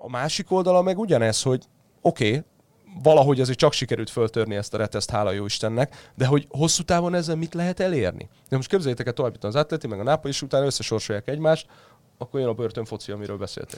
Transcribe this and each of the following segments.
A másik oldala meg ugyanez, hogy oké, valahogy azért csak sikerült föltörni ezt a reteszt, hála jó Istennek, de hogy hosszú távon ezzel mit lehet elérni? De most képzeljétek el továbbítan az Atleti, meg a Napoli, és utána összesorsolják egymást, akkor jön a börtönfoci, amiről beszéltek.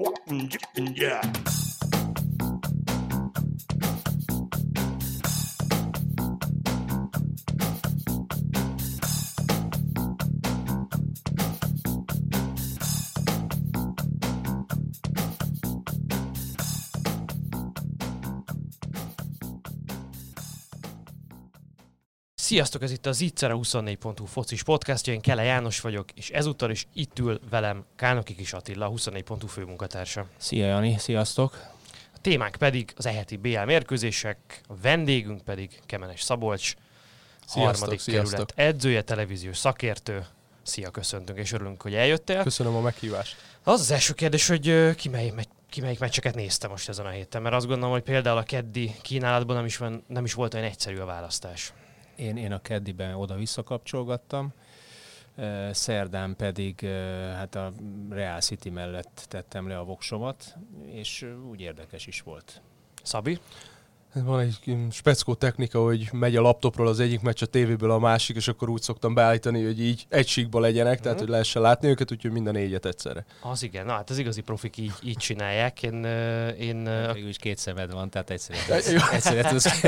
Sziasztok, ez itt az Ittszer, a 24.hu focis podcastja, én Kele János vagyok, és ezúttal is itt ül velem Kálnoki Kis Attila, a 24.hu főmunkatársa. Szia Jani, sziasztok! A témánk pedig az eheti BL mérkőzések, a vendégünk pedig Kemenes Szabolcs, harmadik kerület edzője, televíziós szakértő. Szia, köszöntünk, és örülünk, hogy eljöttél. Köszönöm a meghívást. Az első kérdés, hogy ki melyik meccseket nézte most ezen a héten, mert azt gondolom, hogy például a keddi kínálatban nem is volt olyan egyszerű a választás. Én a keddiben oda-vissza kapcsolgattam, szerdán pedig hát a Real City mellett tettem le a voksomat, és úgy érdekes is volt. Szabi? Van egy speckó technika, hogy megy a laptopról az egyik meccs, a tévéből a másik, és akkor úgy szoktam beállítani, hogy így egy síkba legyenek, tehát hogy lehessen látni őket, úgyhogy minden négyet egyszerre. Az igen, na hát az igazi profik így csinálják. Végül is két szemed van, tehát egyszerre tudsz.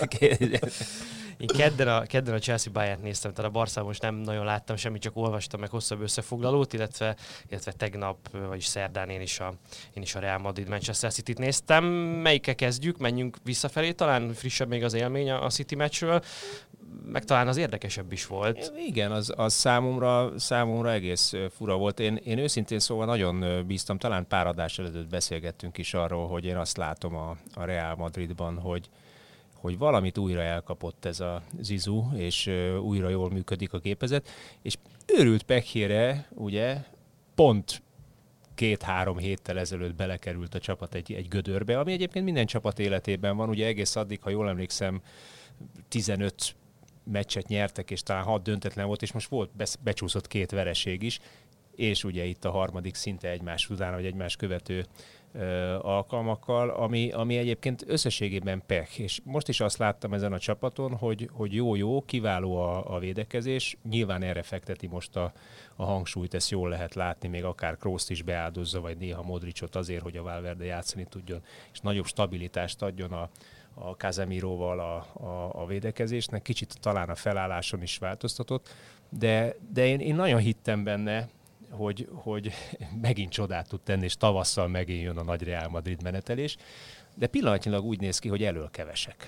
Én kedden a Chelsea Bayern néztem, tehát a Barszában most nem nagyon láttam semmit, csak olvastam meg hosszabb összefoglalót, illetve tegnap, vagyis szerdán én is a Real Madrid Manchester City-t néztem. Melyikkel kezdjük? Menjünk visszafelé, talán frissebb még az élmény a City meccsről, meg talán az érdekesebb is volt. Igen, az számomra egész fura volt. Én őszintén szóval nagyon bíztam, talán pár adás előtt beszélgettünk is arról, hogy én azt látom a Real Madridban, hogy valamit újra elkapott ez a Zizou, és újra jól működik a gépezet, és őrült pekjére, ugye, pont 2-3 héttel ezelőtt belekerült a csapat egy gödörbe, ami egyébként minden csapat életében van, ugye egész addig, ha jól emlékszem, 15 meccset nyertek, és talán 6 döntetlen volt, és most volt becsúszott 2 vereség is, és ugye itt a harmadik szinte egymás után, vagy egymás követő alkalmakkal, ami egyébként összességében pech. És most is azt láttam ezen a csapaton, hogy jó, kiváló a védekezés, nyilván erre fekteti most a hangsúlyt, ezt jól lehet látni, még akár Krooszt is beáldozza, vagy néha Modricot azért, hogy a Valverde játszani tudjon, és nagyobb stabilitást adjon a Casemiróval a védekezésnek. Kicsit talán a felálláson is változtatott, de én nagyon hittem benne, hogy megint csodát tud tenni, és tavasszal megint jön a nagy Real Madrid menetelés, de pillanatnyilag úgy néz ki, hogy elől kevesek.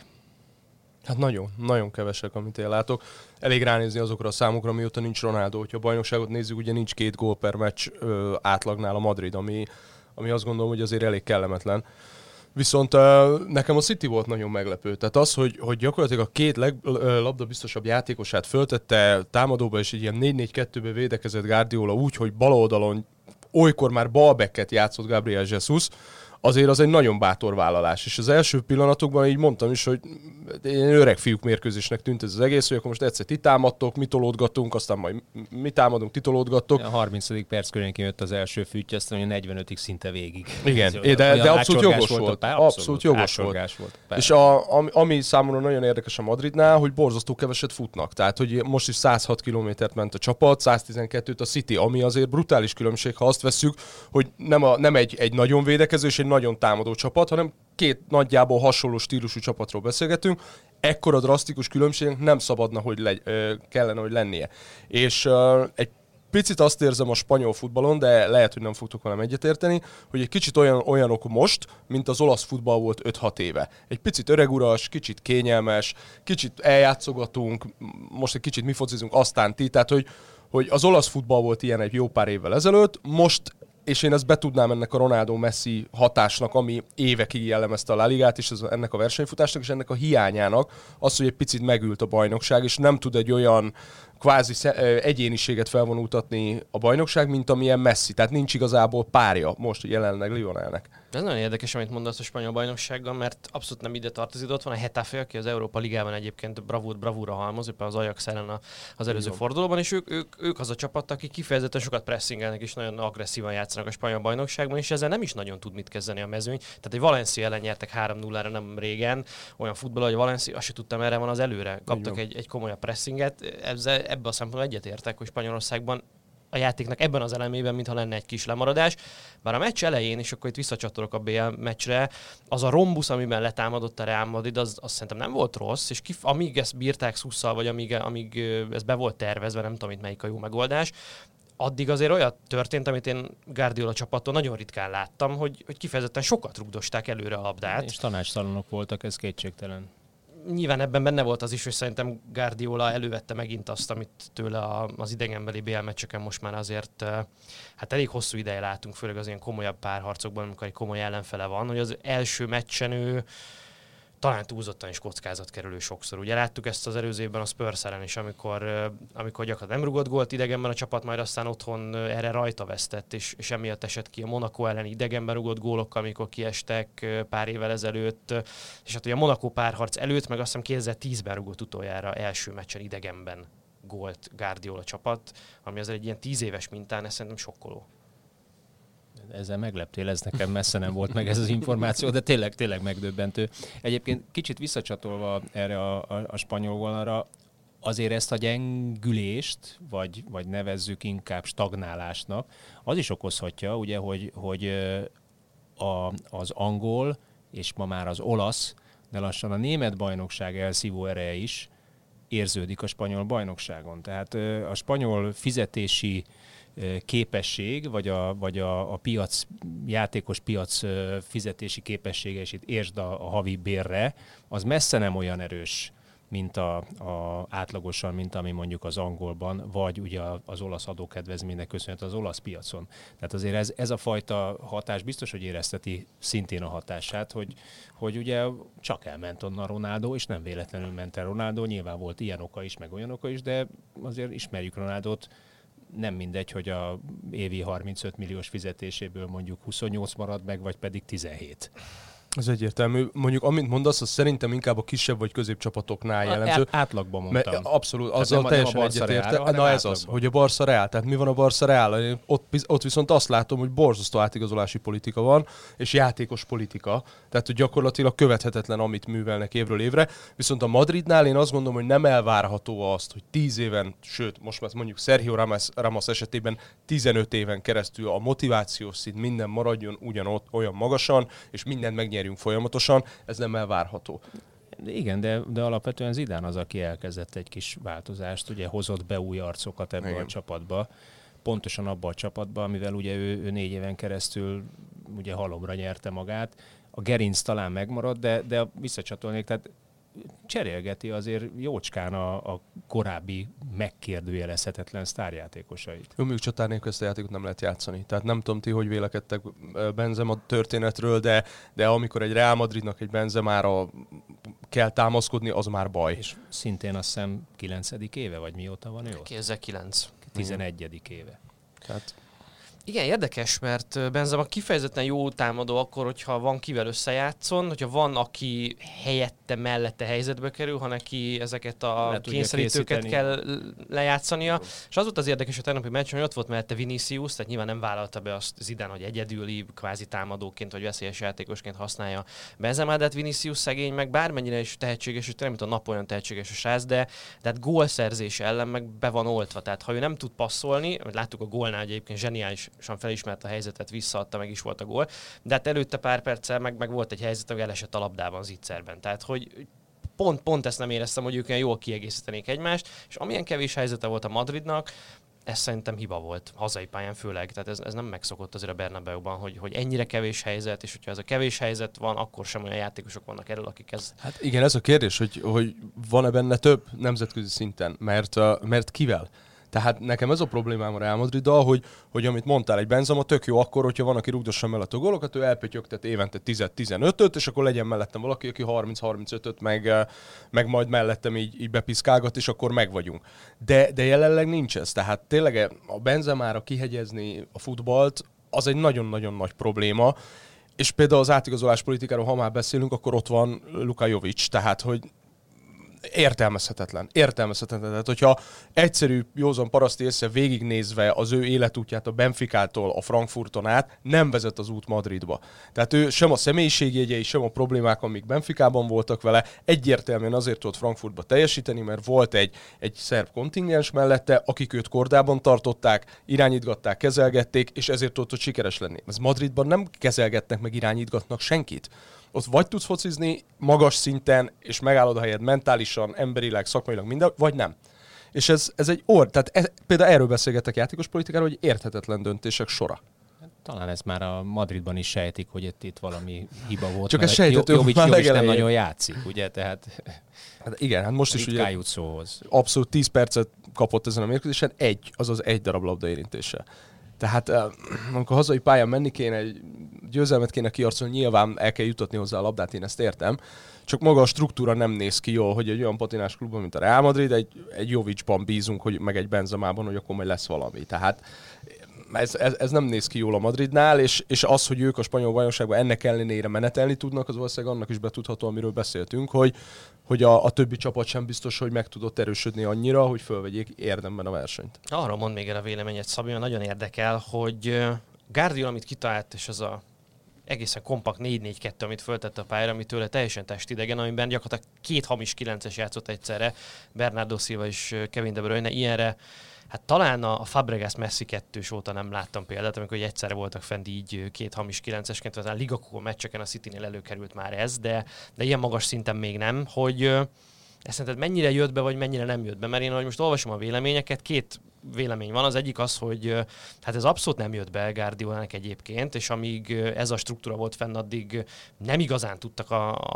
Hát nagyon, nagyon kevesek, amit én látok. Elég ránézni azokra a számokra, mióta nincs Ronaldo. Hogyha a bajnokságot nézzük, ugye nincs 2 gól per meccs átlagnál a Madrid, ami azt gondolom, hogy azért elég kellemetlen. Viszont nekem a City volt nagyon meglepő. Tehát az, hogy gyakorlatilag a 2 labdabiztosabb játékosát föltette támadóba, és egy ilyen 4-4-2-be védekezett Guardiola úgy, hogy bal oldalon olykor már balbacket játszott Gabriel Jesus, azért az egy nagyon bátor vállalás. És az első pillanatokban így mondtam is, hogy ilyen öreg fiúk mérkőzésnek tűnt ez az egész, hogy akkor most egyszer ti támadtok, mi tolódgatunk, aztán majd mi támadunk, ti tolódgattok. A 30. perc környékén jött az első fűtj, aztán 45-ig szinte végig. Igen, de abszolút jogos volt. Abszolút jogos volt. És ami számomra nagyon érdekes a Madridnál, hogy borzasztó keveset futnak. Tehát, hogy most is 106 kilométert ment a csapat, 112-t a City, ami azért brutális különbség, ha azt vesszük, hogy nem egy nagyon védekező és egy nagyon támadó csapat, hanem 2 nagyjából hasonló stílusú csapatról beszélgetünk. Ekkora drasztikus különbségnek nem szabadna, hogy kellene, hogy lennie. És egy picit azt érzem a spanyol futballon, de lehet, hogy nem fogtok velem egyetérteni, hogy egy kicsit olyanok most, mint az olasz futball volt 5-6 éve. Egy picit öreguras, kicsit kényelmes, kicsit eljátszogatunk, most egy kicsit mi focizunk, aztán ti. Tehát, hogy az olasz futball volt ilyen egy jó pár évvel ezelőtt, most, és én ezt betudnám ennek a Ronaldo-Messi hatásnak, ami évekig jellemezte a La Ligát, és ennek a versenyfutásnak, és ennek a hiányának az, hogy egy picit megült a bajnokság, és nem tud egy olyan kvázi egyéniséget felvonultatni a bajnokság, mint amilyen Messi. Tehát nincs igazából párja most jelenleg Lionelnek. Ez nagyon érdekes, amit mondasz a spanyol bajnoksággal, mert abszolút nem ide tartozik. Ott van a Getafe, aki az Európa Ligában egyébként bravúra halmoz, éppen az Ajax ellen az előző fordulóban, és ők az a csapat, akik kifejezetten sokat pressingelnek és nagyon agresszívan játszanak a spanyol bajnokságban, és ezzel nem is nagyon tud mit kezdeni a mezőny. Tehát egy Valencia ellen nyertek 3-0-ra nem régen, olyan futball, hogy Valencia, azt se tudtam, erre van az előre. Kaptak egy komolyabb pressinget, ebben a szempontból egyetértek, hogy Spanyolországban a játéknak ebben az elemében, mintha lenne egy kis lemaradás. Bár a meccs elején, és akkor itt visszacsatolok a BL meccsre, az a rombusz, amiben letámadott a Real Madrid, az szerintem nem volt rossz, és amíg ezt bírták szusszal, vagy amíg ez be volt tervezve, nem tudom itt melyik a jó megoldás, addig azért olyat történt, amit én Guardiola csapattól nagyon ritkán láttam, hogy kifejezetten sokat rugdosták előre a labdát. És tanácstalanok voltak, ez kétségtelen. Nyilván ebben benne volt az is, hogy szerintem Guardiola elővette megint azt, amit tőle az idegenbeli BL meccseken most már azért hát elég hosszú ideje látunk, főleg az ilyen komolyabb párharcokban, amikor egy komoly ellenfele van, hogy az első meccsen ő talán túlzottan is kockázatkerülő sokszor. Ugye láttuk ezt az előző évben a Spurs ellen is, amikor gyakorlatilag nem rugott gólt idegenben a csapat, majd aztán otthon erre rajta vesztett, és emiatt esett ki a Monaco ellen idegenben rugott gólokkal, amikor kiestek pár évvel ezelőtt. És hát ugye a Monaco párharc előtt, meg azt hiszem 2010-ben rugott utoljára első meccsen idegenben gólt Guardiola csapat, ami azért egy ilyen 10 éves mintán, ez szerintem sokkoló. Ezzel megleptél, ez nekem messze nem volt meg ez az információ, de tényleg megdöbbentő. Egyébként kicsit visszacsatolva erre a spanyol vonalra, azért ezt a gyengülést, vagy nevezzük inkább stagnálásnak, az is okozhatja, ugye, hogy az angol, és ma már az olasz, de lassan a német bajnokság elszívó ereje is érződik a spanyol bajnokságon. Tehát a spanyol fizetési képesség, vagy a piac, játékos piac fizetési képessége, és itt értsd a havi bérre, az messze nem olyan erős, mint átlagosan, mint ami mondjuk az angolban, vagy ugye az olasz adókedvezménynek köszönhetően az olasz piacon. Tehát azért ez a fajta hatás biztos, hogy érezteti szintén a hatását, hogy ugye csak elment onnan Ronaldo, és nem véletlenül ment el Ronaldo, nyilván volt ilyen oka is, meg olyan oka is, de azért ismerjük Ronaldot, nem mindegy, hogy a évi 35 milliós fizetéséből mondjuk 28 marad meg, vagy pedig 17. Ez egyértelmű. Mondjuk, amint mondasz, az szerintem inkább a kisebb vagy középcsapatoknál jellemző. Átlagban mondtam. Abszolút, azzal teljesen egyetértek. Na ez az, hogy a Barca Real. Tehát mi van a Barca Real? Ott viszont azt látom, hogy borzasztó átigazolási politika van, és játékos politika. Tehát, hogy gyakorlatilag követhetetlen, amit művelnek évről évre. Viszont a Madridnál én azt gondolom, hogy nem elvárható azt, hogy 10 éven, sőt, most már mondjuk Sergio Ramos esetében 15 éven keresztül a motivációs szint minden maradjon ugyanott, olyan magasan, és mindent megnyerjünk folyamatosan, ez nem elvárható. Igen, de alapvetően Zidane az, aki elkezdett egy kis változást, ugye hozott be új arcokat ebbe a csapatba, pontosan abba a csapatba, amivel ugye ő 4 éven keresztül ugye halomra nyerte magát. A gerinc talán megmaradt, de visszacsatolnék, tehát cserélgeti azért jócskán a korábbi megkérdőjelezhetetlen sztárjátékosait. Jó, még csatár nélkül ezt a játékot nem lehet játszani. Tehát nem tudom ti, hogy vélekedtek Benzema történetről, de amikor egy Real Madridnak egy Benzemára kell támaszkodni, az már baj. És szintén azt hiszem 9. éve, vagy mióta van ő ott? 2009. 11. éve. Tehát igen, érdekes, mert Benzema kifejezetten jó támadó akkor, hogyha van kivel összejátszon, hogyha van, aki helyette, mellette helyzetbe kerül, ha neki ezeket a kényszerítőket kell lejátszania. És az volt az érdekes a tegnapi meccsen, hogy ott volt mellette Vinicius, tehát nyilván nem vállalta be azt Zidane, hogy egyedüli, kvázi támadóként vagy veszélyes játékosként használja Benzema, de hát Vinicius szegény, meg bármennyire is tehetséges, és nem mint a nap olyan tehetséges a srác, de hát gólszerzés ellen meg be van oltva. Tehát ha ő nem tud passzolni, láttuk a gólnál, hogy egyébként zseniális felismert a helyzetet, visszaadta, meg is volt a gól. De hát előtte pár perccel meg volt egy helyzet, hogy elesett a labdában zicserben. Tehát, hogy pont ezt nem éreztem, hogy ők olyan jól kiegészítenék egymást, és amilyen kevés helyzete volt a Madridnak, ez szerintem hiba volt, hazai pályán főleg. Tehát ez nem megszokott azért a Bernabeuban, hogy ennyire kevés helyzet, és hogyha ez a kevés helyzet van, akkor sem olyan játékosok vannak erről, akik ez... Hát igen, ez a kérdés, hogy van-e benne több nemzetközi szinten, mert kivel? Tehát nekem ez a problémám a Real Madriddal, hogy amit mondtál, egy Benzema tök jó akkor, hogyha van, aki rugdossa mellett a gólokat, ő elpötyögtet évente 10-15-öt, és akkor legyen mellettem valaki, aki 30-35-öt, meg majd mellettem így bepiszkálgat, és akkor megvagyunk. De jelenleg nincs ez. Tehát tényleg a Benzemára kihegyezni a futballt, az egy nagyon-nagyon nagy probléma. És például az átigazolás politikáról, ha már beszélünk, akkor ott van Luka Jovic, tehát hogy értelmezhetetlen. Tehát, hogyha egyszerű, józan paraszti észre végignézve az ő életútját a Benficától a Frankfurton át, nem vezet az út Madridba. Tehát ő sem a személyiségjegyei, sem a problémák, amik Benficában voltak vele, egyértelműen azért tudott Frankfurtba teljesíteni, mert volt egy szerb kontingens mellette, akik őt kordában tartották, irányítgatták, kezelgették, és ezért tudott sikeres lenni. Ez Madridban nem kezelgetnek meg irányítgatnak senkit. Ott vagy tudsz focizni magas szinten, és megállod a helyed mentálisan, emberileg, szakmailag, minden, vagy nem. És ez egy tehát például erről beszélgetek játékos politikáról, hogy érthetetlen döntések sora. Talán ez már a Madridban is sejtik, hogy itt valami hiba volt. Csak ez sejtető, Jovic nem nagyon játszik, ugye? Tehát hát igen, hát most is ugye szóhoz. Abszolút 10 percet kapott ezen a mérkőzésen, egy darab labda érintése. Tehát amikor hazai pályán menni kéne, egy győzelmet kéne kiarcolni, nyilván el kell jutatni hozzá a labdát, én ezt értem. Csak maga a struktúra nem néz ki jól, hogy egy olyan patinás klubban, mint a Real Madrid, egy Jovicban bízunk, hogy meg egy Benzemában, hogy akkor majd lesz valami. Tehát ez nem néz ki jól a Madridnál, és az, hogy ők a spanyol bajnokságban ennek ellenére menetelni tudnak, az valószínűleg annak is betudható, amiről beszéltünk, hogy a többi csapat sem biztos, hogy meg tudott erősödni annyira, hogy fölvegyék érdemben a versenyt. Arra mond még el a véleményet, Szabi, mert nagyon érdekel, hogy Guardiola, amit kitalált, és az a egészen kompakt 4-4-2, amit föltette a pályára, ami tőle teljesen testidegen, amiben gyakorlatilag 2 hamis 9-es játszott egyszerre, Bernardo Silva és Kevin De Bruyne, ilyenre. Hát talán a Fabregas Messi 2-s óta nem láttam példát, amikor egyszerre voltak fent így 2 hamis 9-esként, tehát a Liga Kupa meccseken a Citynél előkerült már ez, de ilyen magas szinten még nem, hogy ezt szerinted mennyire jött be, vagy mennyire nem jött be, mert én, ahogy most olvasom a véleményeket, 2 vélemény van. Az egyik az, hogy hát ez abszolút nem jött be Guardiolának egyébként, és amíg ez a struktúra volt fenn, addig nem igazán tudtak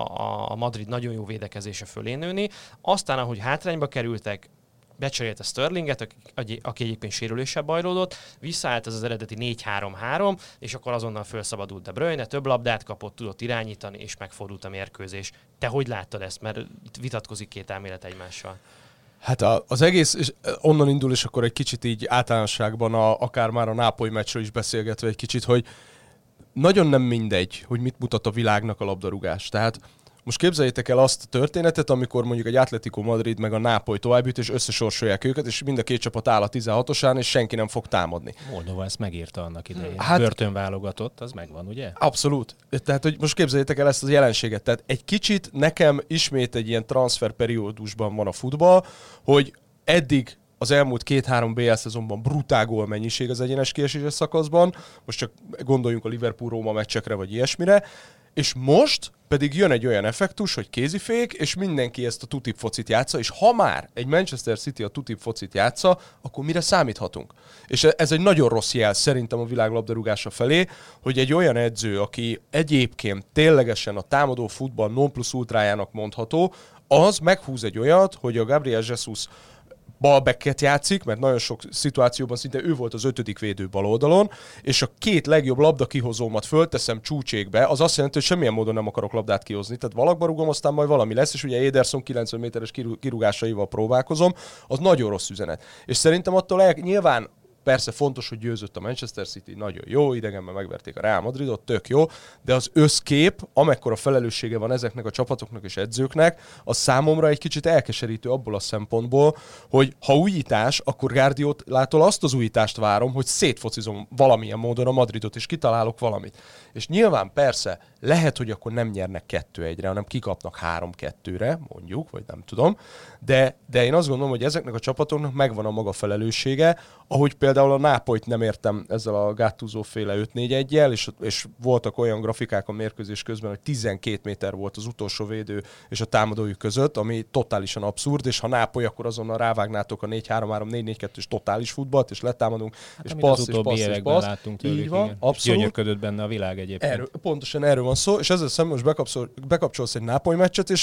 a Madrid nagyon jó védekezése fölé nőni. Aztán, ahogy hátrányba kerültek, becserélte Sterlinget, aki egyébként sérüléssel bajlódott, visszaállt az eredeti 4-3-3, és akkor azonnal felszabadult De Bruyne, több labdát kapott, tudott irányítani, és megfordult a mérkőzés. Te hogy láttad ezt? Mert itt vitatkozik 2 elmélet egymással. Hát az egész, és onnan indul, és akkor egy kicsit így általánosságban, akár már a Nápoly meccsről is beszélgetve egy kicsit, hogy nagyon nem mindegy, hogy mit mutat a világnak a labdarúgás. Tehát most képzeljétek el azt a történetet, amikor mondjuk egy Atletico Madrid meg a Nápoly továbbjut, és összesorsolják őket, és mind a 2 csapat áll a 16-osán, és senki nem fog támadni. Moldova ezt megírta annak idején. Hát, börtönválogatott, az megvan, ugye? Abszolút. Tehát, hogy most képzeljétek el ezt a jelenséget. Tehát egy kicsit nekem ismét egy ilyen transferperiódusban van a futball, hogy eddig az elmúlt 2-3 BL szezonban brutál gólmennyiség az egyenes kieséses szakaszban, most csak gondoljunk a Liverpool-Róma meccsekre, vagy ilyesmire, és most pedig jön egy olyan effektus, hogy kézifék, és mindenki ezt a tutip focit játsza, és ha már egy Manchester City a tutip focit játsza, akkor mire számíthatunk? És ez egy nagyon rossz jel szerintem a világ labdarúgása felé, hogy egy olyan edző, aki egyébként ténylegesen a támadó futball non plus ultrájának mondható, az meghúz egy olyat, hogy a Gabriel Jesus balbacket játszik, mert nagyon sok szituációban szinte ő volt az 5. védő bal oldalon, és a 2 legjobb labda kihozómat fölteszem csúcsékbe, az azt jelenti, hogy semmilyen módon nem akarok labdát kihozni. Tehát valakba rugom, aztán majd valami lesz, és ugye Ederson 90 méteres kirúgásaival próbálkozom, az nagyon rossz üzenet. És szerintem attól nyilván persze fontos, hogy győzött a Manchester City, nagyon jó, idegenben megverték a Real Madridot, tök jó, de az összkép, amekkora felelőssége van ezeknek a csapatoknak és edzőknek, az számomra egy kicsit elkeserítő abból a szempontból, hogy ha újítás, akkor Guardiolától azt az újítást várom, hogy szétfocizom valamilyen módon a Madridot, és kitalálok valamit. És nyilván persze lehet, hogy akkor nem nyernek 2-1-re, hanem kikapnak 3-2-re, mondjuk, vagy nem tudom, de én azt gondolom, hogy ezeknek a csapatoknak megvan a maga felelőssége, ahogy például a Nápolyt nem értem ezzel a Gattuso féle 5-4-1-jel, és voltak olyan grafikák a mérkőzés közben, hogy 12 méter volt az utolsó védő és a támadójuk között, ami totálisan abszurd, és ha Nápoly, akkor azonnal rávágnátok a 4-3-3-4-4-2-es totális futballt, és letámadunk, hát, és passz, és passz, és passz. Láttunk tőlük, így van, abszolút. Gyönyörködött benne a világ egyébként. Pontosan erről van szó, és ezzel szemben most bekapcsolsz egy Nápoly meccset, és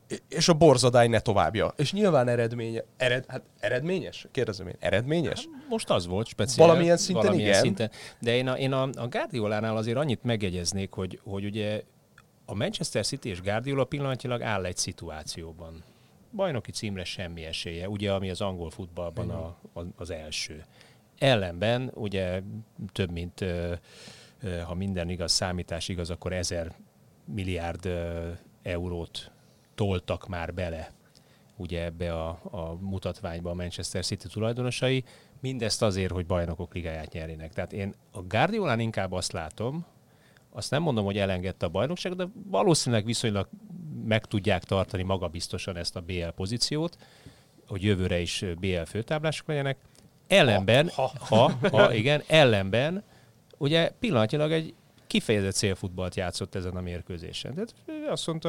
és a borzadály ne továbbja. És nyilván eredményes? Kérdezem én, eredményes? Most az volt speciál. Valamilyen szinten igen. Szinten. De én a Guardiolánál azért annyit megjegyeznék, hogy ugye a Manchester City és Guardiola pillanatnyilag áll egy szituációban. Bajnoki címre semmi esélye, ugye, ami az angol futballban az első. Ellenben ugye több mint, ha minden igaz, számítás igaz, akkor 1000 milliárd eurót toltak már bele ugye ebbe a mutatványba a Manchester City tulajdonosai, mindezt azért, hogy bajnokok ligáját nyerjenek. Tehát én a Guardiolán inkább azt látom, azt nem mondom, hogy elengedte a bajnokságot, de valószínűleg viszonylag meg tudják tartani magabiztosan ezt a BL pozíciót, hogy jövőre is BL főtáblások legyenek. Ellenben, ellenben, ugye pillanatnyilag egy kifejezett célfutballt játszott ezen a mérkőzésen. Tehát azt mondta,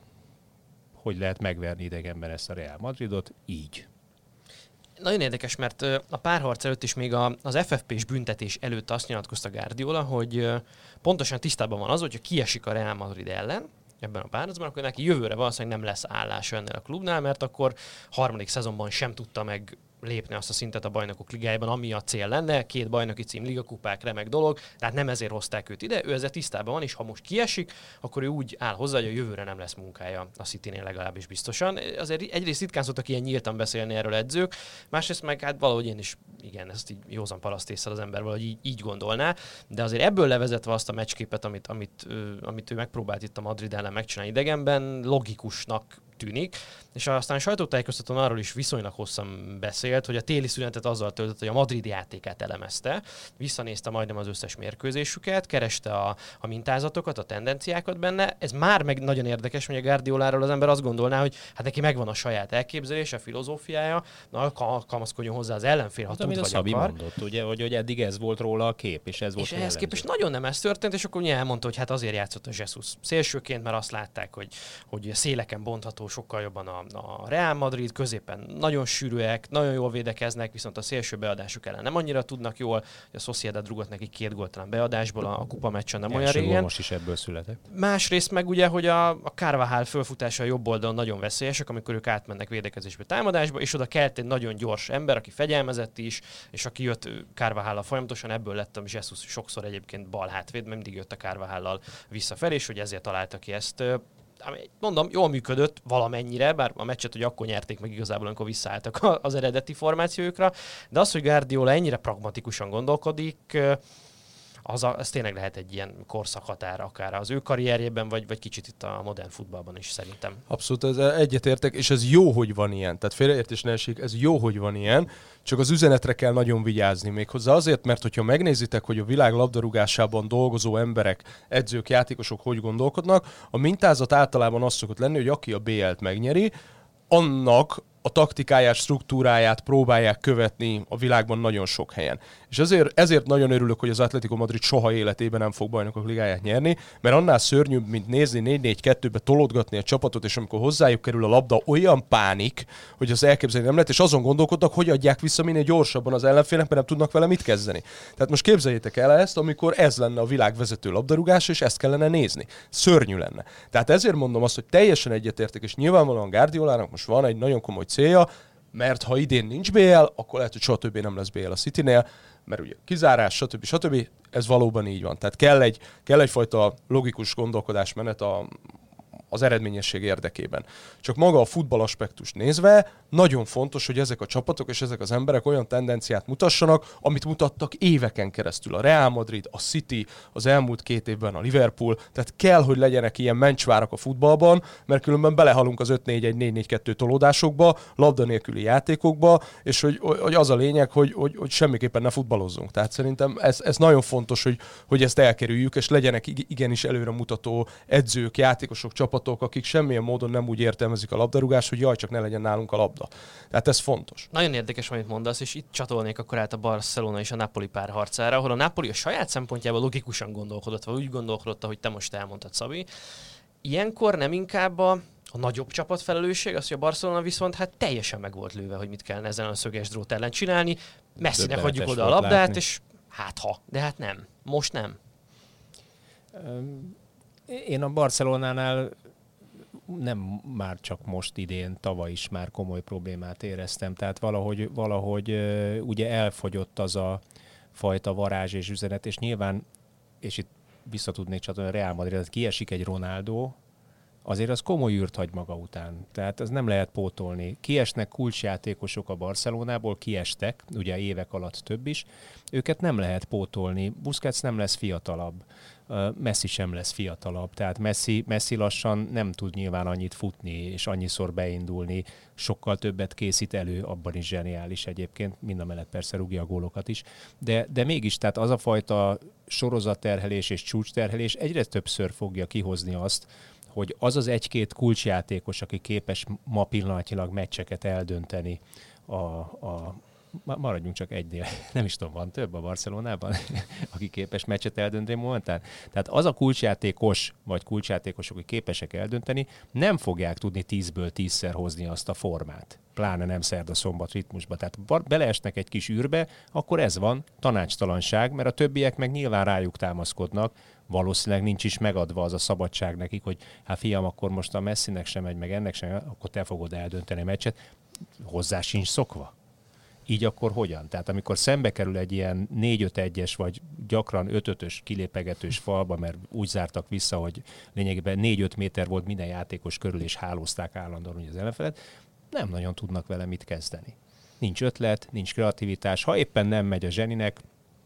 hogy lehet megverni idegenben ezt a Real Madridot, így. Nagyon érdekes, mert a párharc előtt is még az FFP-s büntetés előtt azt nyilatkozta Guardiola, hogy pontosan tisztában van az, hogyha kiesik a Real Madrid ellen ebben a párharcban, akkor neki jövőre valószínűleg nem lesz állása ennél a klubnál, mert akkor harmadik szezonban sem tudta meg lépni azt a szintet a Bajnokok Ligájában, ami a cél lenne, 2 bajnoki cím, ligakupák, remek dolog, tehát nem ezért hozták őt ide, ő ezzel tisztában van, és ha most kiesik, akkor ő úgy áll hozzá, hogy a jövőre nem lesz munkája a Citynél legalábbis biztosan. Azért egyrészt ritkán szoktak ilyen nyíltan beszélni erről edzők, másrészt meg hát valahogy én is, igen, ezt így józan parasztésszel az ember valahogy így gondolná, de azért ebből levezetve azt a meccsképet, amit ő megpróbált itt a Madrid ellen megcsinálni idegenben, logikusnak tűnik, és aztán a sajtótájékoztatón arról is viszonylag hosszan beszélt, hogy a téli szünetet azzal töltött, hogy a Madrid játékát elemezte, visszanézte majdnem az összes mérkőzésüket, kereste a mintázatokat, a tendenciákat benne. Ez már meg nagyon érdekes, hogy a Guardioláról az ember azt gondolná, hogy hát neki megvan a saját elképzelése, a filozófiája, alkalmazkodjon hozzá az ellenfél, ha tud vagy Szabi akar. mondott, ugye, hogy eddig ez volt róla a kép, és ez volt. És ehhez képest nagyon nem ez történt, és akkor ugye elmondta, hogy hát azért játszott a Jesus szélsőként, mert azt látták, hogy széleken bontható sokkal jobban a Real Madrid, középen nagyon sűrűek, nagyon jól védekeznek, viszont a szélső beadásuk ellen nem annyira tudnak jól, a Sociedad rúgott nekik 2 góltalan beadásból a kupa meccsen nem olyan régen. Most is ebből született. Másrészt meg ugye, hogy a Carvajal fölfutása a jobb oldalon nagyon veszélyesek, amikor ők átmennek védekezésbe, támadásba, és oda kelt egy nagyon gyors ember, aki fegyelmezett is, és aki jött Carvajal folyamatosan, ebből lett a Jesus sokszor egyébként bal hátvéd, mert mindig jött a Carvajal visszafelé, és hogy ezért találta ki ezt. Mondom, jól működött valamennyire, bár a meccset ugye akkor nyerték meg igazából, amikor visszaálltak az eredeti formációjukra, de az, hogy Guardiola ennyire pragmatikusan gondolkodik, az tényleg lehet egy ilyen korszakhatár akár az ő karrierjében, vagy kicsit itt a modern futballban is szerintem. Abszolút, ez egyetértek, és ez jó, hogy van ilyen. Tehát félreértés ne esik, ez jó, hogy van ilyen, csak az üzenetre kell nagyon vigyázni méghozzá azért, mert hogyha megnézitek, hogy a világ labdarúgásában dolgozó emberek, edzők, játékosok hogy gondolkodnak, a mintázat általában az szokott lenni, hogy aki a BL-t megnyeri, annak a taktikáját, struktúráját próbálják követni a világban nagyon sok helyen. És ezért nagyon örülök, hogy az Atletico Madrid soha életében nem fog Bajnokok Ligáját nyerni, mert annál szörnyűbb, mint nézni 4-4-2-be tolódgatni a csapatot, és amikor hozzájuk kerül a labda, olyan pánik, hogy az elképzelni nem lehet, és azon gondolkodnak, hogy adják vissza minél gyorsabban az ellenfélnek, mert nem tudnak vele mit kezdeni. Tehát most képzeljétek el ezt, amikor ez lenne a világ vezető labdarúgása, és ezt kellene nézni. Szörnyű lenne. Tehát ezért mondom azt, hogy teljesen egyetértek, és nyilvánvalóan Guardiolának most van egy nagyon komoly célja, mert ha idén nincs BL, akkor lehet, hogy soha többé nem lesz BL a Citynél, mert ugye kizárás, stb. Ez valóban így van. Tehát kell egyfajta logikus gondolkodásmenet az eredményesség érdekében. Csak maga a futball aspektust nézve, nagyon fontos, hogy ezek a csapatok és ezek az emberek olyan tendenciát mutassanak, amit mutattak éveken keresztül. A Real Madrid, a City, az elmúlt 2 évben a Liverpool, tehát kell, hogy legyenek ilyen mencsvárak a futballban, mert különben belehalunk az 5-4-1-4-4-2 tolódásokba, labda nélküli játékokba, és hogy az a lényeg, hogy semmiképpen ne futballozzunk. Tehát szerintem ez nagyon fontos, hogy ezt elkerüljük, és legyenek igenis előremutató edzők, játékosok, csapatok, akik semmilyen módon nem úgy értelmezik a labdarúgást, hogy jaj, csak ne legyen nálunk a labda. Tehát ez fontos. Nagyon érdekes, amit mondasz, és itt csatolnék akkor át a Barcelona és a Napoli párharcára, ahol a Napoli a saját szempontjából logikusan gondolkodott, vagy úgy gondolkodott, ahogy te most elmondtad, Szabi. Ilyenkor nem inkább a nagyobb csapat felelősség, az, hogy a Barcelona viszont hát teljesen meg volt lőve, hogy mit kellene ezen a szöges drót ellen csinálni. Messzinek hagyjuk oda a labdát, látni. És de hát nem. Most nem. Én a Barcelonánál nem már csak most idén, tavaly is már komoly problémát éreztem. Tehát valahogy ugye elfogyott az a fajta varázs és üzenet, és nyilván, és itt vissza tudnék csatolni a Real Madrid, kiesik egy Ronaldo, azért az komoly űrt hagy maga után. Tehát ez nem lehet pótolni. Kiesnek kulcsjátékosok a Barcelonából, kiestek, ugye évek alatt több is, őket nem lehet pótolni. Busquets nem lesz fiatalabb, Messi sem lesz fiatalabb, tehát Messi lassan nem tud nyilván annyit futni, és annyiszor beindulni, sokkal többet készít elő, abban is zseniális egyébként, mindamellett persze rúgja a gólokat is, de mégis, tehát az a fajta sorozatterhelés és csúcsterhelés egyre többször fogja kihozni azt, hogy az az egy-két kulcsjátékos, aki képes ma pillanatnyilag meccseket eldönteni, maradjunk csak egynél, nem is tudom, van több a Barcelonában, aki képes meccset eldönteni momentán. Tehát az a kulcsjátékos, vagy kulcsjátékosok, akik képesek eldönteni, nem fogják tudni 10-ből 10-szer hozni azt a formát. Pláne nem szerda-szombat ritmusba. Tehát beleesnek egy kis űrbe, akkor ez van, tanácstalanság, mert a többiek meg nyilván rájuk támaszkodnak, valószínűleg nincs is megadva az a szabadság nekik, hogy hát fiam, akkor most a Messinek sem megy, meg ennek sem, akkor te fogod eldönteni a meccset. Hozzá sincs szokva. Így akkor hogyan? Tehát amikor szembe kerül egy ilyen 4-5-1-es, vagy gyakran 5-5-ös kilépegetős falba, mert úgy zártak vissza, hogy lényegében 4-5 méter volt minden játékos körül, és hálózták állandóan az ellenfelet, nem nagyon tudnak vele mit kezdeni. Nincs ötlet, nincs kreativitás. Ha éppen nem megy a zseninek,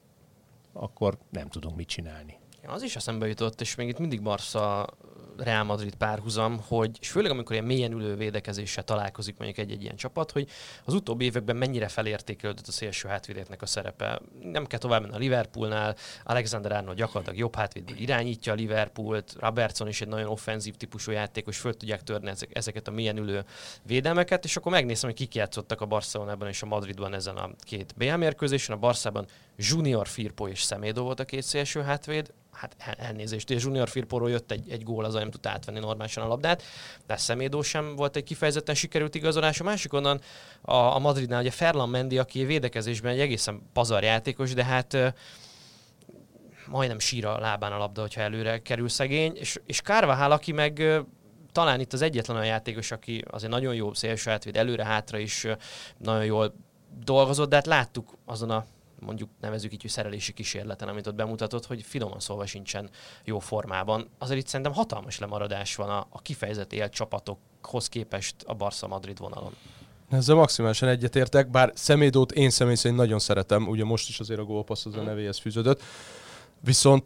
akkor nem tudunk mit csinálni. Az is eszembe jutott, és még itt mindig Barca Real Madrid párhuzam, hogy, és főleg amikor ilyen mélyen ülő védekezéssel találkozik mondjuk egy ilyen csapat, hogy az utóbbi években mennyire felértékelődött a szélső hátvédeknek a szerepe. Nem kell tovább menni a Liverpoolnál, Alexander-Arnold gyakorlatilag jobb hátvédből irányítja a Liverpoolt, Robertson is egy nagyon offenzív típusú játékos, föl tudják törni ezeket a mélyen ülő védelmeket, és akkor megnézem, hogy kik játszottak a Barcelonában és a Madridban ezen a két BL mérkőzésen. A Barszában Junior Firpo és Semedo volt a két szélső hátvéd. Hát elnézést, és Junior Firpóról jött egy gól, az nem tudta átvenni normálisan a labdát, de Semedo sem volt egy kifejezetten sikerült igazolás. A másik onnan a Madridnál ugye Ferland Mendy, aki védekezésben egy egészen pazar játékos, de hát majdnem sír a lábán a labda, hogyha előre kerül szegény, és Carvajal, aki meg talán itt az egyetlen olyan játékos, aki azért nagyon jó szélső hátvéd, előre-hátra is nagyon jól dolgozott, de hát láttuk azon a mondjuk nevezzük így, hogy szerelési kísérleten, amit ott bemutatott, hogy finoman szólva sincsen jó formában. Azért itt szerintem hatalmas lemaradás van a kifejezett élt csapatokhoz képest a Barca-Madrid vonalon. Ezzel maximálisan egyetértek, bár Semédót én személy szerint nagyon szeretem, ugye most is azért a gólpassz az a nevéhez fűződött. Viszont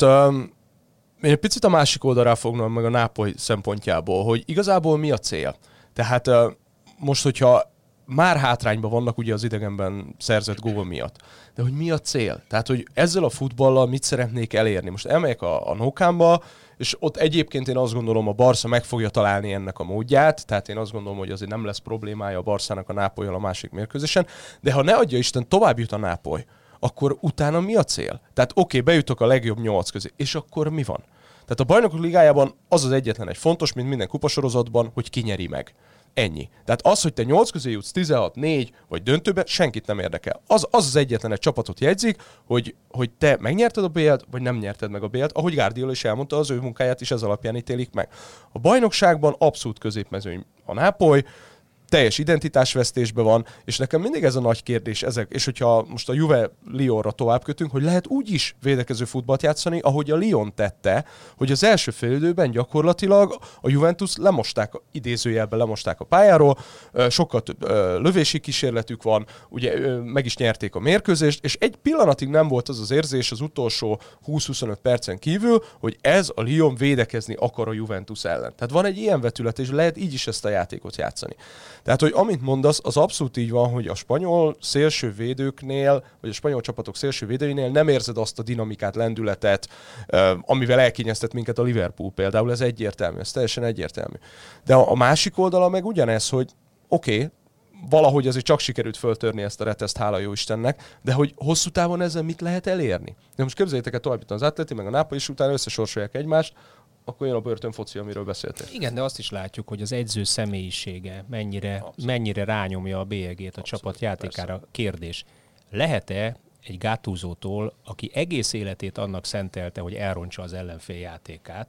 én egy picit a másik oldalra fognom meg a Nápoly szempontjából, hogy igazából mi a cél. Tehát most, hogyha már hátrányban vannak ugye az idegenben szerzett gól miatt. De hogy mi a cél? Tehát, hogy ezzel a futballal mit szeretnék elérni? Most elmegyek a Nou Campba, és ott egyébként én azt gondolom, a Barca meg fogja találni ennek a módját, tehát én azt gondolom, hogy azért nem lesz problémája a Barszának a Nápolyal a másik mérkőzésen, de ha ne adja Isten, tovább jut a Nápoly, akkor utána mi a cél? Tehát oké, bejutok a legjobb 8 közé, és akkor mi van? Tehát a Bajnokok Ligájában az egyetlen egy fontos, mint minden kupasorozatban, hogy ki nyeri meg. Ennyi. Tehát az, hogy te 8 közé jutsz 16-4 vagy döntőbe, senkit nem érdekel. Az egyetlen egy csapatot jegyzik, hogy te megnyerted a BL-t, vagy nem nyerted meg a BL-t, ahogy Guardiola is elmondta, az ő munkáját is ez alapján ítélik meg. A bajnokságban abszolút középmezőny a Nápoly, teljes identitásvesztésben van, és nekem mindig ez a nagy kérdés, és hogyha most a Juve Lyonra tovább kötünk, hogy lehet úgy is védekező futballt játszani, ahogy a Lyon tette, hogy az első félidőben gyakorlatilag a Juventus idézőjelben lemosták a pályáról, sokkal több lövési kísérletük van, ugye meg is nyerték a mérkőzést, és egy pillanatig nem volt az érzés az utolsó 20-25 percen kívül, hogy ez a Lyon védekezni akar a Juventus ellen. Tehát van egy ilyen vetület, és lehet így is ezt a játékot játszani. Tehát, hogy amit mondasz, az abszolút így van, hogy a spanyol szélsővédőknél, vagy a spanyol csapatok szélsővédőinél nem érzed azt a dinamikát, lendületet, amivel elkényeztet minket a Liverpool például, ez egyértelmű, ez teljesen egyértelmű. De a másik oldala meg ugyanez, hogy oké, valahogy azért csak sikerült föltörni ezt a reteszt, hála jó Istennek, de hogy hosszú távon ezzel mit lehet elérni? De most képzeljétek el tovább az Atleti, meg a Nápoly, és utána összesorsolják egymást, akkor jön a börtönfoci, amiről beszéltél. Igen, de azt is látjuk, hogy az edző személyisége mennyire rányomja a bélyegét a csapat játékára. Persze. Kérdés, lehet-e egy Gattusótól, aki egész életét annak szentelte, hogy elrontsa az ellenfél játékát,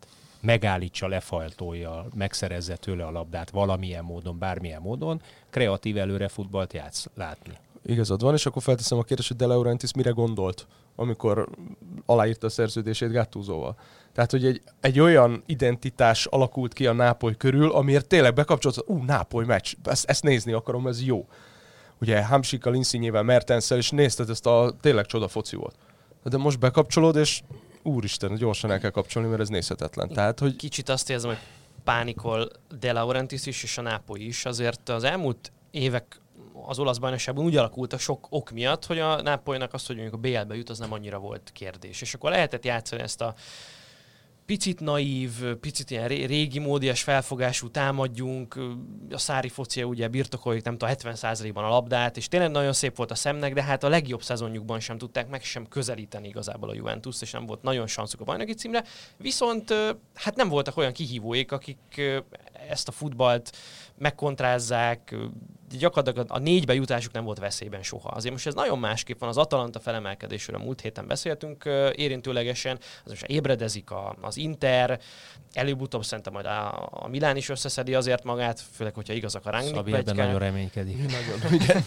megállítsa, lefajtolja, megszerezze tőle a labdát valamilyen módon, bármilyen módon, kreatív előre futballt látni. Igazad van, és akkor felteszem a kérdést, hogy De Laurentiis mire gondolt, amikor aláírta a szerződését Gattusoval. Tehát, hogy egy olyan identitás alakult ki a Nápoly körül, amiért tényleg bekapcsolódott, Nápoly meccs, ezt nézni akarom, ez jó. Ugye Hamsikkal, Insignével, Mertenssel, és nézted, ezt a tényleg csoda foci volt. De most bekapcsolód, és úristen, gyorsan el kell kapcsolni, mert ez nézhetetlen. Tehát, hogy... Kicsit azt érzem, hogy pánikol De Laurentiis is, és a Nápoly is. Azért az elmúlt évek az olasz bajnokságban úgy alakult a sok ok miatt, hogy a Nápolynak azt, hogy mondjuk a BL-be jut, az nem annyira volt kérdés. És akkor lehetett játszani ezt a picit naív, picit ilyen régi módias felfogású támadjunk, a Sarri focia ugye birtokoljuk, nem tudom, 70%-ban a labdát, és tényleg nagyon szép volt a szemnek, de hát a legjobb szezonjukban sem tudták meg sem közelíteni igazából a Juventus, és nem volt nagyon sanszuk a bajnoki címre, viszont hát nem voltak olyan kihívóik, akik ezt a futballt megkontrázzák, gyakorlatilag a 4-be jutásuk nem volt veszélyben soha. Azért most ez nagyon másképp van, az Atalanta felemelkedésről a múlt héten beszéltünk érintőlegesen, az most ébredezik az Inter, előbb-utóbb szerintem majd a Milán is összeszedi azért magát, főleg, hogyha igazak a Rangnick Szabi ebben nagyon reménykedik. Nagyon, igen.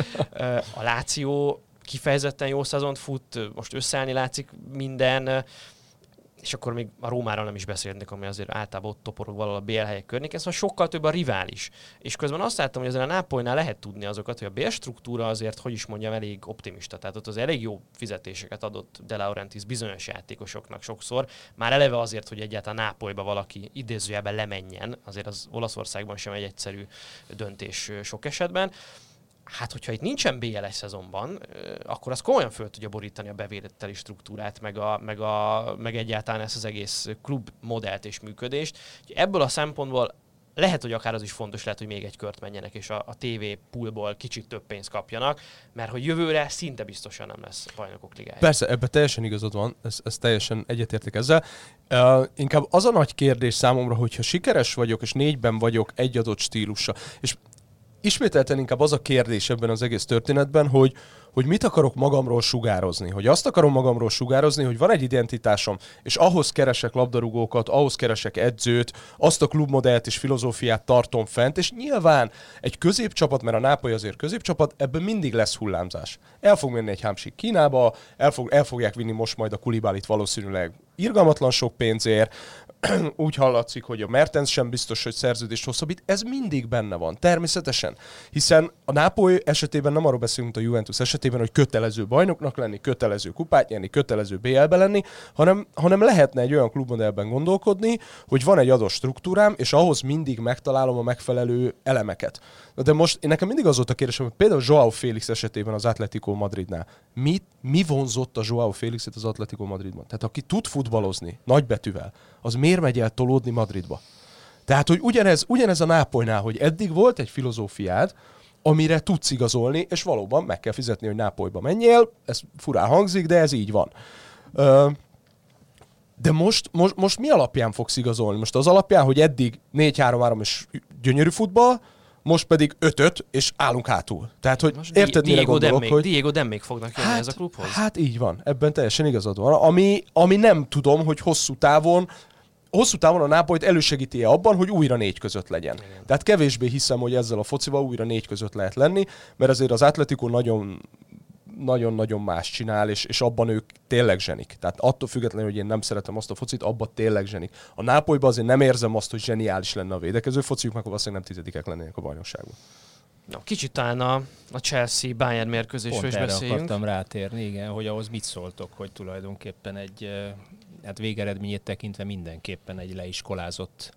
A Lazio kifejezetten jó szezont fut, most összeállni látszik minden, és akkor még a Rómáról nem is beszélnék, ami azért általában ott toporog valahol a BL helyek környéken, szóval sokkal több a rivális. És közben azt láttam, hogy azért a Nápolynál lehet tudni azokat, hogy a BL struktúra azért, hogy is mondjam, elég optimista. Tehát ott az elég jó fizetéseket adott De Laurentiis bizonyos játékosoknak sokszor. Már eleve azért, hogy egyáltalán Nápolyba valaki idézőjelben lemenjen, azért az Olaszországban sem egy egyszerű döntés sok esetben. Hát, hogyha itt nincsen BL-es szezonban, akkor az komolyan föl tudja borítani a bevételi struktúrát, meg egyáltalán ezt az egész klub modellt és működést. Ebből a szempontból lehet, hogy akár az is fontos lehet, hogy még egy kört menjenek, és a TV poolból kicsit több pénzt kapjanak, mert hogy jövőre szinte biztosan nem lesz bajnokok ligája. Persze, ebben teljesen igazad van, ez teljesen egyetértek ezzel. Inkább az a nagy kérdés számomra, hogyha sikeres vagyok, és 4-ben vagyok egy adott stílussal, és ismételten inkább az a kérdés ebben az egész történetben, hogy mit akarok magamról sugározni. Hogy azt akarom magamról sugározni, hogy van egy identitásom, és ahhoz keresek labdarúgókat, ahhoz keresek edzőt, azt a klubmodellt és filozófiát tartom fent, és nyilván egy középcsapat, mert a Nápoly azért középcsapat, ebben mindig lesz hullámzás. El fog menni egy Hamsik Kínába, el fogják vinni most majd a Koulibalyt valószínűleg irgalmatlan sok pénzért, úgy hallatszik, hogy a Mertens sem biztos, hogy szerződést hosszabbít, ez mindig benne van, természetesen. Hiszen a Nápoly esetében nem arról beszélünk, mint a Juventus esetében, hogy kötelező bajnoknak lenni, kötelező kupát nyerni, kötelező BL-be lenni, hanem lehetne egy olyan klubmodellben gondolkodni, hogy van egy adott struktúrám, és ahhoz mindig megtalálom a megfelelő elemeket. De most nekem mindig az volt a kérdésem, hogy például Joao Félix esetében az Atlético Madridnál. Mi vonzott a Joao Félixet az Atlético Madridban? Tehát aki tud futballozni nagybetűvel, az miért megy el tolódni Madridba? Tehát, hogy ugyanez a Nápolynál, hogy eddig volt egy filozófiád, amire tudsz igazolni, és valóban meg kell fizetni, hogy Nápolyba menjél, ez furán hangzik, de ez így van. De most mi alapján fogsz igazolni? Most az alapján, hogy eddig 4-3-3 és gyönyörű futball, most pedig 5-5, és állunk hátul. Tehát, hogy most érted, mire gondolok, hogy... Diego Demmék fognak jönni ez a klubhoz? Hát így van, ebben teljesen igazad van. Ami nem tudom, hogy hosszú távon a Nápolyt elősegíti-e abban, hogy újra 4 között legyen. Igen. Tehát kevésbé hiszem, hogy ezzel a focival újra 4 között lehet lenni, mert azért az Atlético nagyon-nagyon más csinál, és abban ők tényleg zsenik. Tehát attól függetlenül, hogy én nem szeretem azt a focit, abban tényleg zsenik. A Nápolyban azért nem érzem azt, hogy zseniális lenne a védekező fociuk, mert valószínűleg nem 10-ek lennének a bajnokságban. No, kicsit talán a Chelsea-Bayern mérkőzésről is beszéljünk. Pont akartam rátérni, igen, hogy ahhoz mit szóltok, hogy tulajdonképpen egy végeredményét tekintve mindenképpen egy leiskolázott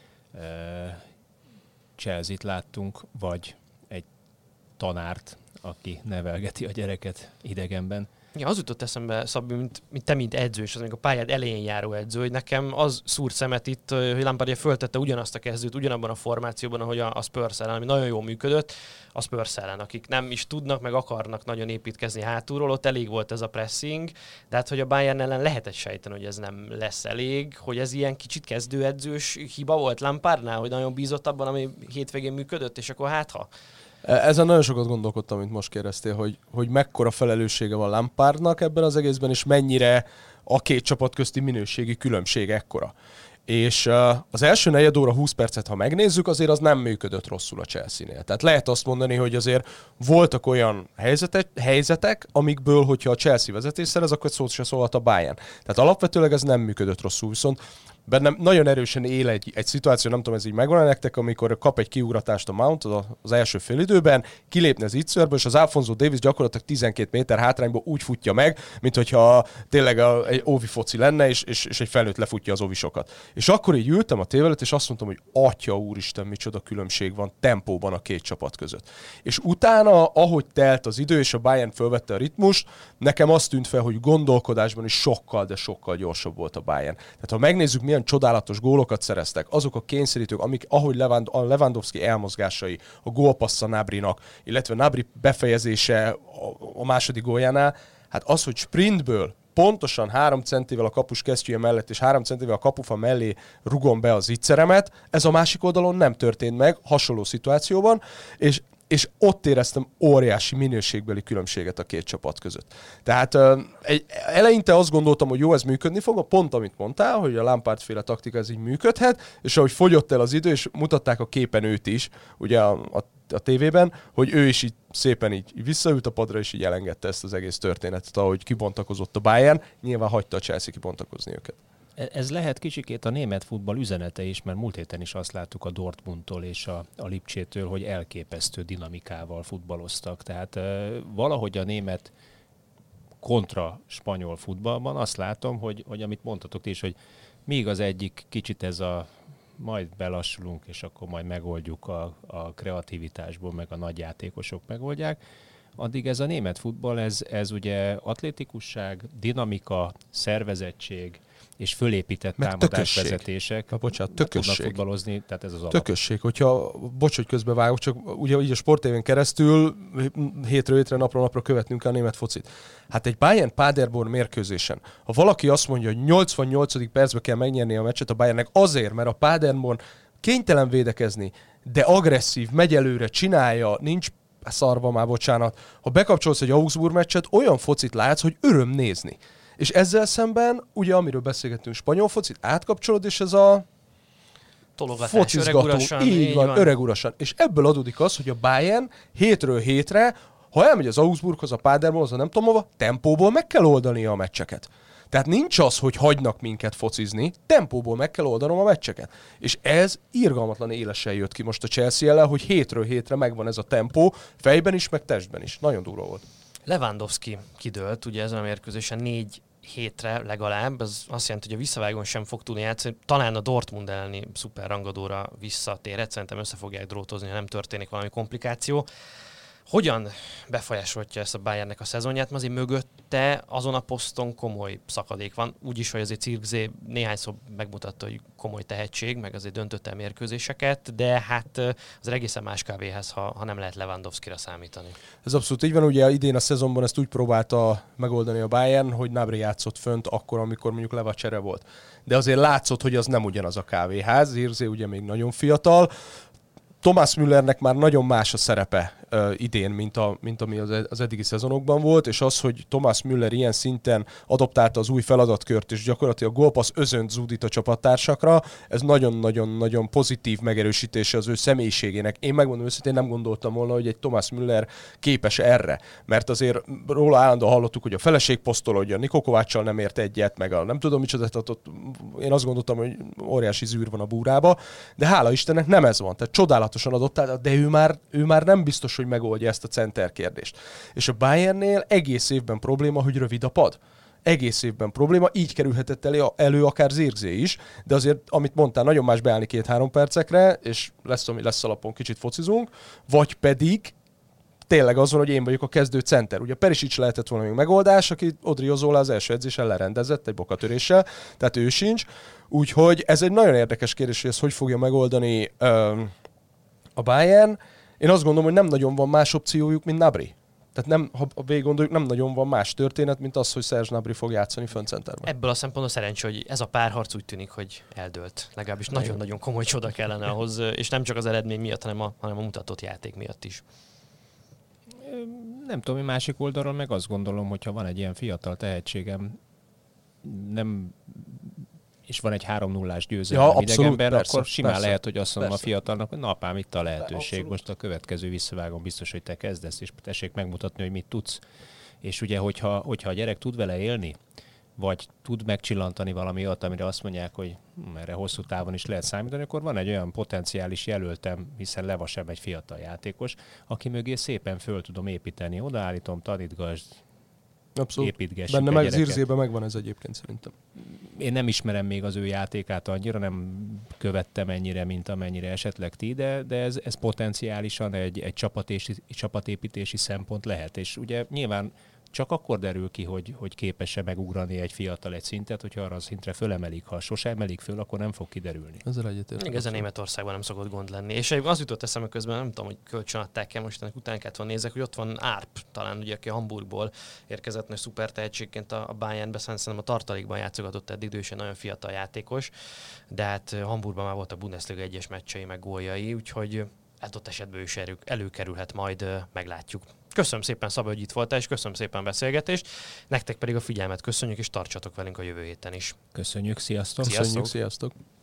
Chelsea-t láttunk, vagy egy tanárt, aki nevelgeti a gyereket idegenben. Ja, az jutott eszembe, Szabi, mint edző, és az még a pályád elején járó edző, hogy nekem az szúrt szemet itt, hogy Lampard föltette ugyanazt a kezdőt, ugyanabban a formációban, ahogy a Spurs ellen, ami nagyon jól működött, a Spurs ellen, akik nem is tudnak, meg akarnak nagyon építkezni hátulról, ott elég volt ez a pressing, de hát, hogy a Bayern ellen lehetett sejteni, hogy ez nem lesz elég, hogy ez ilyen kicsit kezdőedzős hiba volt Lampardnál, hogy nagyon bízott abban, ami hétvégén működött, és akkor hátha. Ezen nagyon sokat gondolkodtam, mint most kérdeztél, hogy mekkora felelőssége van Lampardnak ebben az egészben, és mennyire a két csapat közti minőségi különbség ekkora. És az első negyed óra 20 percet, ha megnézzük, azért az nem működött rosszul a Chelsea-nél. Tehát lehet azt mondani, hogy azért voltak olyan helyzetek, amikből, hogyha a Chelsea vezetés szerez, akkor szót se szólhat a Bayern. Tehát alapvetőleg ez nem működött rosszul, viszont bennem nagyon erősen él egy szituáció, nem tudom, ez így megvan nektek, amikor kap egy kiugratást a Mount az első félidőben, kilépne az Itzörből, és az Alphonso Davies gyakorlatilag 12 méter hátrányból úgy futja meg, mint hogyha tényleg egy óvi foci lenne, és egy felnőtt lefutja az óvisokat. És akkor így ültem a tévé előtt, és azt mondtam, hogy atya úristen, micsoda különbség van tempóban a két csapat között. És utána, ahogy telt az idő, és a Bayern fölvette a ritmust, nekem azt tűnt fel, hogy gondolkodásban is sokkal, de sokkal gyorsabb volt a Bayern. Tehát ha megnézzük, milyen csodálatos gólokat szereztek, azok a kényszerítők, ahogy a Lewandowski elmozgásai, a gólpassza Nabrinak, illetve Nabri befejezése a második góljánál, hát az, hogy sprintből pontosan 3 centivel a kapus kesztyűje mellett és 3 centivel a kapufa mellé rugom be az Itzeremet, ez a másik oldalon nem történt meg, hasonló szituációban, és ott éreztem óriási minőségbeli különbséget a két csapat között. Tehát eleinte azt gondoltam, hogy jó, ez működni fog, pont amit mondtál, hogy a Lampard-féle taktika ez így működhet, és ahogy fogyott el az idő, és mutatták a képen őt is, ugye a tévében, hogy ő is így szépen így visszaült a padra, és így elengedte ezt az egész történetet, ahogy kibontakozott a Bayern, nyilván hagyta a Chelsea kibontakozni őket. Ez lehet kicsikét a német futball üzenete is, mert múlt héten is azt láttuk a Dortmundtól és a Lipcsétől, hogy elképesztő dinamikával futballoztak. Tehát valahogy a német kontra spanyol futballban azt látom, hogy amit mondtatok is, hogy míg az egyik kicsit ez a majd belassulunk, és akkor majd megoldjuk a kreativitásból, meg a nagyjátékosok megoldják, addig ez a német futball, ez ugye atlétikusság, dinamika, szervezettség, és fölépített támadásvezetések. Tökösség. Tudnak futballozni, tehát ez az alap. Tökösség, hogyha, bocs, hogy közbevágok, csak ugye így a Sport TV-n keresztül hétről hétre, napról napra követnünk a német focit. Hát egy Bayern-Paderborn mérkőzésen, ha valaki azt mondja, hogy 88. percben kell megnyerni a meccset a Bayernnek azért, mert a Paderborn kénytelen védekezni, de agresszív, megy előre, csinálja, nincs szarva már, bocsánat. Ha bekapcsolsz egy Augsburg meccset, olyan focit látsz, hogy öröm nézni. És ezzel szemben, ugye amiről beszélgettünk, spanyol focit, átkapcsolod, és ez a focizgató, így van, öregurasan. És ebből adódik az, hogy a Bayern hétről hétre, ha elmegy az Augsburghoz, a Paderbornhoz, nem tudom hova, tempóból meg kell oldania a meccseket. Tehát nincs az, hogy hagynak minket focizni, tempóból meg kell oldanom a meccseket. És ez irgalmatlan élesen jött ki most a Chelsea ellen, hogy hétről hétre megvan ez a tempó, fejben is, meg testben is. Nagyon durva volt. Lewandowski kidőlt, ugye ezen a mérkőzésen 4 hétre legalább, ez azt jelenti, hogy a visszavágón sem fog tudni játszani, talán a Dortmund elleni szuper rangadóra visszatérhet, szerintem össze fogják drótozni, ha nem történik valami komplikáció. Hogyan befolyásolja ezt a Bayernnek a szezonját? Mert azért mögötte azon a poszton komoly szakadék van. Úgyis, hogy azért Zirkzee néhányszor megmutatta, hogy komoly tehetség, meg azért döntött el mérkőzéseket, de hát az egészen más kávéhez, ha nem lehet Lewandowskira számítani. Ez abszolút így van, ugye idén a szezonban ezt úgy próbálta megoldani a Bayern, hogy Gnabry játszott fönt akkor, amikor mondjuk Leva csere volt. De azért látszott, hogy az nem ugyanaz a kávéház, Zirkzee ugye még nagyon fiatal. Thomas Müllernek már nagyon más a szerepe idén, mint ami az eddigi szezonokban volt, és az, hogy Thomas Müller ilyen szinten adoptálta az új feladatkört, és gyakorlatilag gólpassz özönt zúdít a csapattársakra, ez nagyon-nagyon-nagyon pozitív megerősítése az ő személyiségének. Én megmondom őszintén, nem gondoltam volna, hogy egy Thomas Müller képes erre, mert azért róla állandóan hallottuk, hogy a feleség posztolódja, Niko Kováccsal nem ért egyet, meg a nem tudom micsoda, én azt gondoltam, hogy óriási zűr van a búrába, de hála Istennek nem ez van, tehát csodálatosan adoptálta, de ő már nem biztos, hogy megoldja ezt a center kérdést. És a Bayernnél egész évben probléma, hogy rövid a pad. Egész évben probléma, így kerülhetett elő akár Zirkzee is, de azért, amit mondtál, nagyon más beállni 2-3 percekre, és lesz, ami lesz alapon, kicsit focizunk, vagy pedig tényleg az van, hogy én vagyok a kezdő center. Ugye Perisic lehetett volna még megoldás, aki Odriozola az első edzésen lerendezett egy bokatöréssel, tehát ő sincs. Úgyhogy ez egy nagyon érdekes kérdés, hogy ezt hogy fogja megoldani a Bayern. Én azt gondolom, hogy nem nagyon van más opciójuk, mint Gnabry. Tehát nem, ha végig gondoljuk, nem nagyon van más történet, mint az, hogy Serge Gnabry fog játszani föntcenterben. Ebből a szempontból szerencsé, hogy ez a párharc úgy tűnik, hogy eldőlt. Legalábbis nagyon-nagyon komoly csoda kellene ahhoz, és nem csak az eredmény miatt, hanem a mutatott játék miatt is. Nem tudom, másik oldalról meg azt gondolom, hogyha van egy ilyen fiatal tehetségem, nem és van egy 3-0-ás győzelem idegenben, akkor simán persze, lehet, hogy azt mondom a fiatalnak, hogy na apám, itt a lehetőség. Most a következő visszavágon biztos, hogy te kezdesz, és tessék megmutatni, hogy mit tudsz. És ugye, hogyha a gyerek tud vele élni, vagy tud megcsillantani valami olyat, amire azt mondják, hogy erre hosszú távon is lehet számítani, akkor van egy olyan potenciális jelöltem, hiszen Leva sem egy fiatal játékos, aki mögé szépen föl tudom építeni. Odaállítom, tanítgasd, építgessük benne meg Zirzében megvan ez egyébként szerintem. Én nem ismerem még az ő játékát annyira, nem követtem ennyire, mint amennyire esetleg ti, de ez potenciálisan egy csapatépítési szempont lehet. És ugye nyilván csak akkor derül ki, hogy képes-e megugrani egy fiatal egy szintet, hogyha arra a szintre fölemelik. Ha sosem emelik föl, akkor nem fog kiderülni. Ezzel egyetértek. Még ezen Németországban nem szokott gond lenni. És az jutott eszembe közben, nem tudom, hogy kölcsön adták-e, most ennek után kellett volna nézek, hogy ott van Árp, talán ugye, aki Hamburgból érkezett nagy szuper tehetségként a Bayernbe, szerintem a tartalékban játszogatott eddig, ő is egy nagyon fiatal játékos, de hát Hamburgban már volt a Bundesliga egyes meccsei, meg góljai, úgyhogy ott esetben is előkerülhet, majd meglátjuk. Köszönöm szépen, Szabó, hogy itt voltál, és köszönöm szépen a beszélgetést. Nektek pedig a figyelmet köszönjük, és tartsatok velünk a jövő héten is. Köszönjük, sziasztok! Köszönjük, sziasztok!